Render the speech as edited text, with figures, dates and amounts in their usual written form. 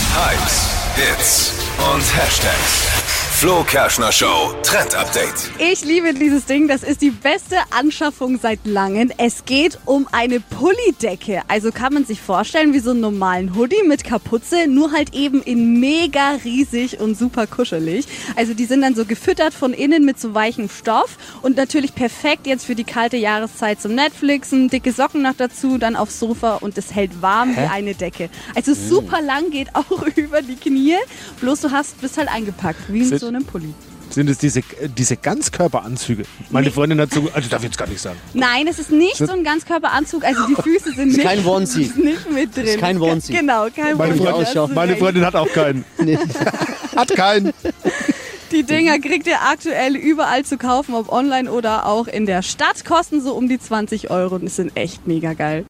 Hypes, Hits und Hashtags. Flo Kerschner Show Trend Update. Ich liebe dieses Ding. Das ist die beste Anschaffung seit langem. Es geht um eine Pullydecke. Also kann man sich vorstellen wie so einen normalen Hoodie mit Kapuze, nur halt eben in mega riesig und super kuschelig. Also die sind dann so gefüttert von innen mit so weichem Stoff und natürlich perfekt jetzt für die kalte Jahreszeit zum Netflixen. Dicke Socken noch dazu, dann aufs Sofa und es hält warm wie eine Decke. Also super lang, geht auch über die Knie. Bloß bist halt eingepackt, wie in so einem Pulli. Sind es diese Ganzkörperanzüge? Meine Freundin hat so, also darf ich jetzt gar nicht sagen. Nein, es ist nicht so ein Ganzkörperanzug, also die Füße sind nicht, kein Onesie. nicht mit drin. Ist kein Onesie. Genau, kein Onesie. Meine Freundin hat auch keinen. Nee. Hat keinen. Die Dinger kriegt ihr aktuell überall zu kaufen, ob online oder auch in der Stadt. Kosten so um die 20 € und sind echt mega geil.